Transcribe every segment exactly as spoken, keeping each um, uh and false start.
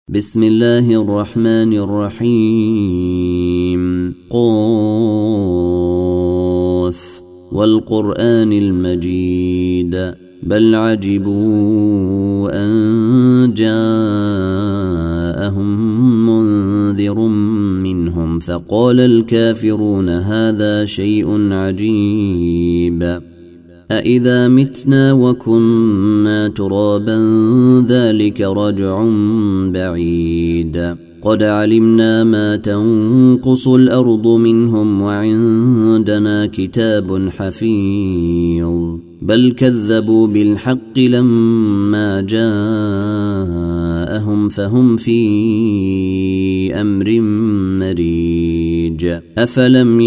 بسم الله الرحمن الرحيم. قاف والقرآن المجيد بل عجبوا أن جاءهم منذر منهم فقال الكافرون هذا شيء عجيب أإذا متنا وكنا ترابا ذلك رجع بعيد قد علمنا ما تنقص الأرض منهم وعندنا كتاب حفيظ بل كذبوا بالحق لما جاءهم فهم في أمر مريج أفلم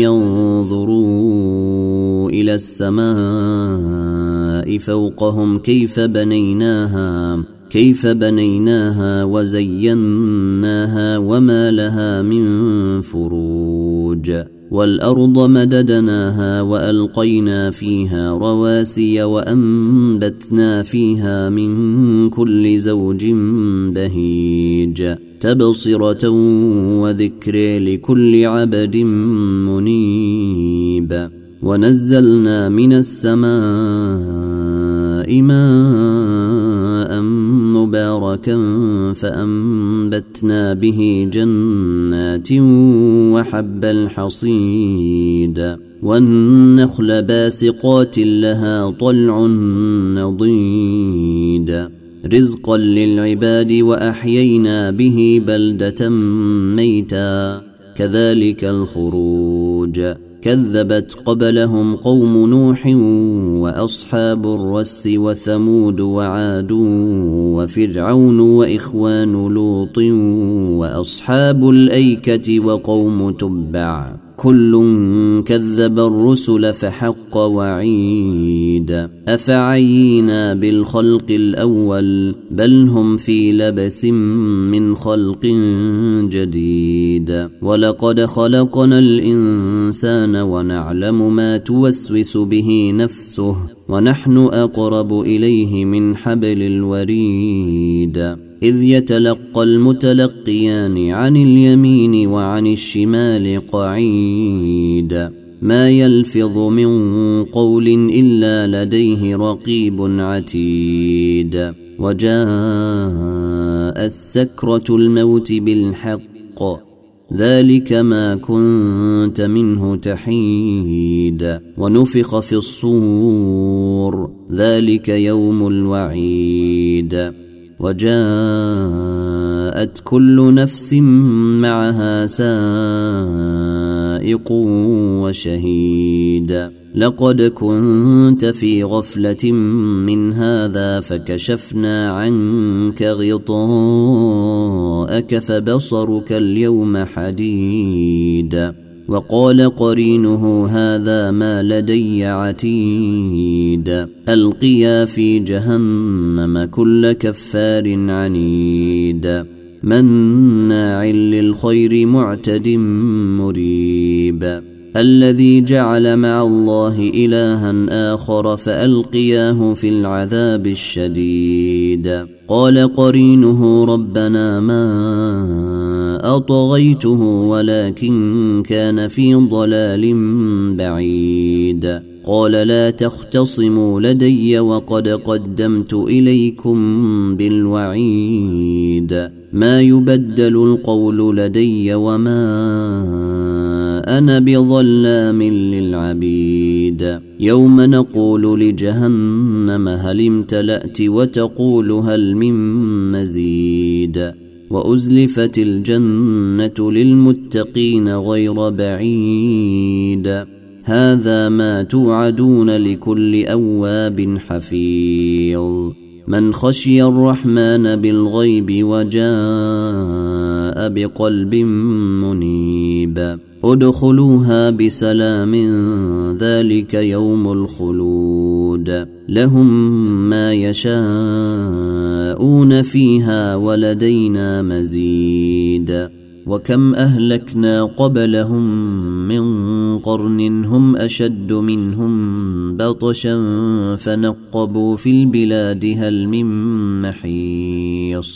ينظروا إلى السماء فوقهم كيف بنيناها كيف بنيناها وزيناها وما لها من فروج والأرض مددناها وألقينا فيها رواسي وأنبتنا فيها من كل زوج بهيج تبصرة وذكر لكل عبد منيب ونزلنا من السماء ماء مباركا فأنبتنا به جنات وحب الحصيد والنخل باسقات لها طلع نضيد رزقا للعباد وأحيينا به بلدة ميتا كذلك الخروج كذبت قبلهم قوم نوح وأصحاب الرس وثمود وعاد وفرعون وإخوان لوط وأصحاب الأيكة وقوم تبع كل كذب الرسل فحق وعيد أفعينا بالخلق الأول بل هم في لبس من خلق جديد ولقد خلقنا الإنسان ونعلم ما توسوس به نفسه ونحن أقرب إليه من حبل الوريد إذ يتلقى المتلقيان عن اليمين وعن الشمال قعيد ما يلفظ من قول إلا لديه رقيب عتيد وجاء السكرة الموت بالحق ذلك ما كنت منه تحيد ونفخ في الصور ذلك يوم الوعيد وجاءت كل نفس معها سائق وشهيد لقد كنت في غفلة من هذا فكشفنا عنك غطاءك فبصرك اليوم حديد وقال قرينه هذا ما لدي عتيد ألقيا في جهنم كل كفار عنيد مناع للخير معتد مريب الذي جعل مع الله إلها آخر فألقياه في العذاب الشديد قال قرينه ربنا ما أطغيته ولكن كان في ضلال بعيد قال لا تختصموا لدي وقد قدمت إليكم بالوعيد ما يبدل القول لدي وما أنا بظلام للعبيد يوم نقول لجهنم هل امتلأت وتقول هل من مزيد وأزلفت الجنة للمتقين غير بعيد هذا ما توعدون لكل أواب حفيظ من خشي الرحمن بالغيب وجاء بقلب منيب ادخلوها بسلام ذلك يوم الخلود لهم ما يشاءون فيها ولدينا مزيد وكم أهلكنا قبلهم من قرن هم أشد منهم بطشا فنقبوا في البلاد هل من محيص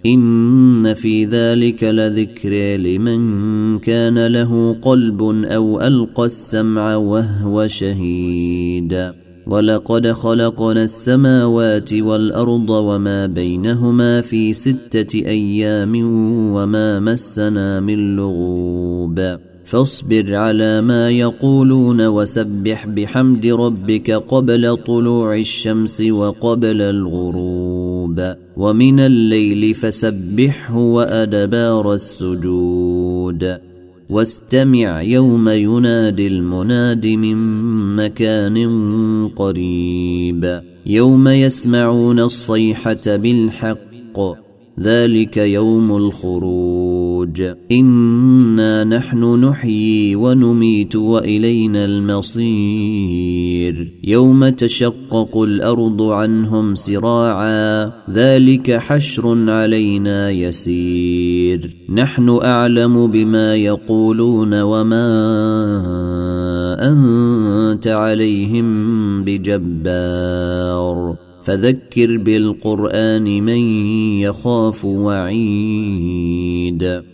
إن في ذلك لذكر لمن كان له قلب أو ألقى السمع وهو شهيد ولقد خلقنا السماوات والأرض وما بينهما في ستة أيام وما مسنا من لغوب فاصبر على ما يقولون وسبح بحمد ربك قبل طلوع الشمس وقبل الغروب ومن الليل فسبحه وأدبار السجود واستمع يوم ينادي المناد من مكان قريب يوم يسمعون الصيحة بالحق ذلك يوم الخروج إنا نحن نحيي ونميت وإلينا المصير يوم تشقق الأرض عنهم سراعا ذلك حشر علينا يسير نحن أعلم بما يقولون وما أنت عليهم بجبار فذكر بالقرآن من يخاف وعيد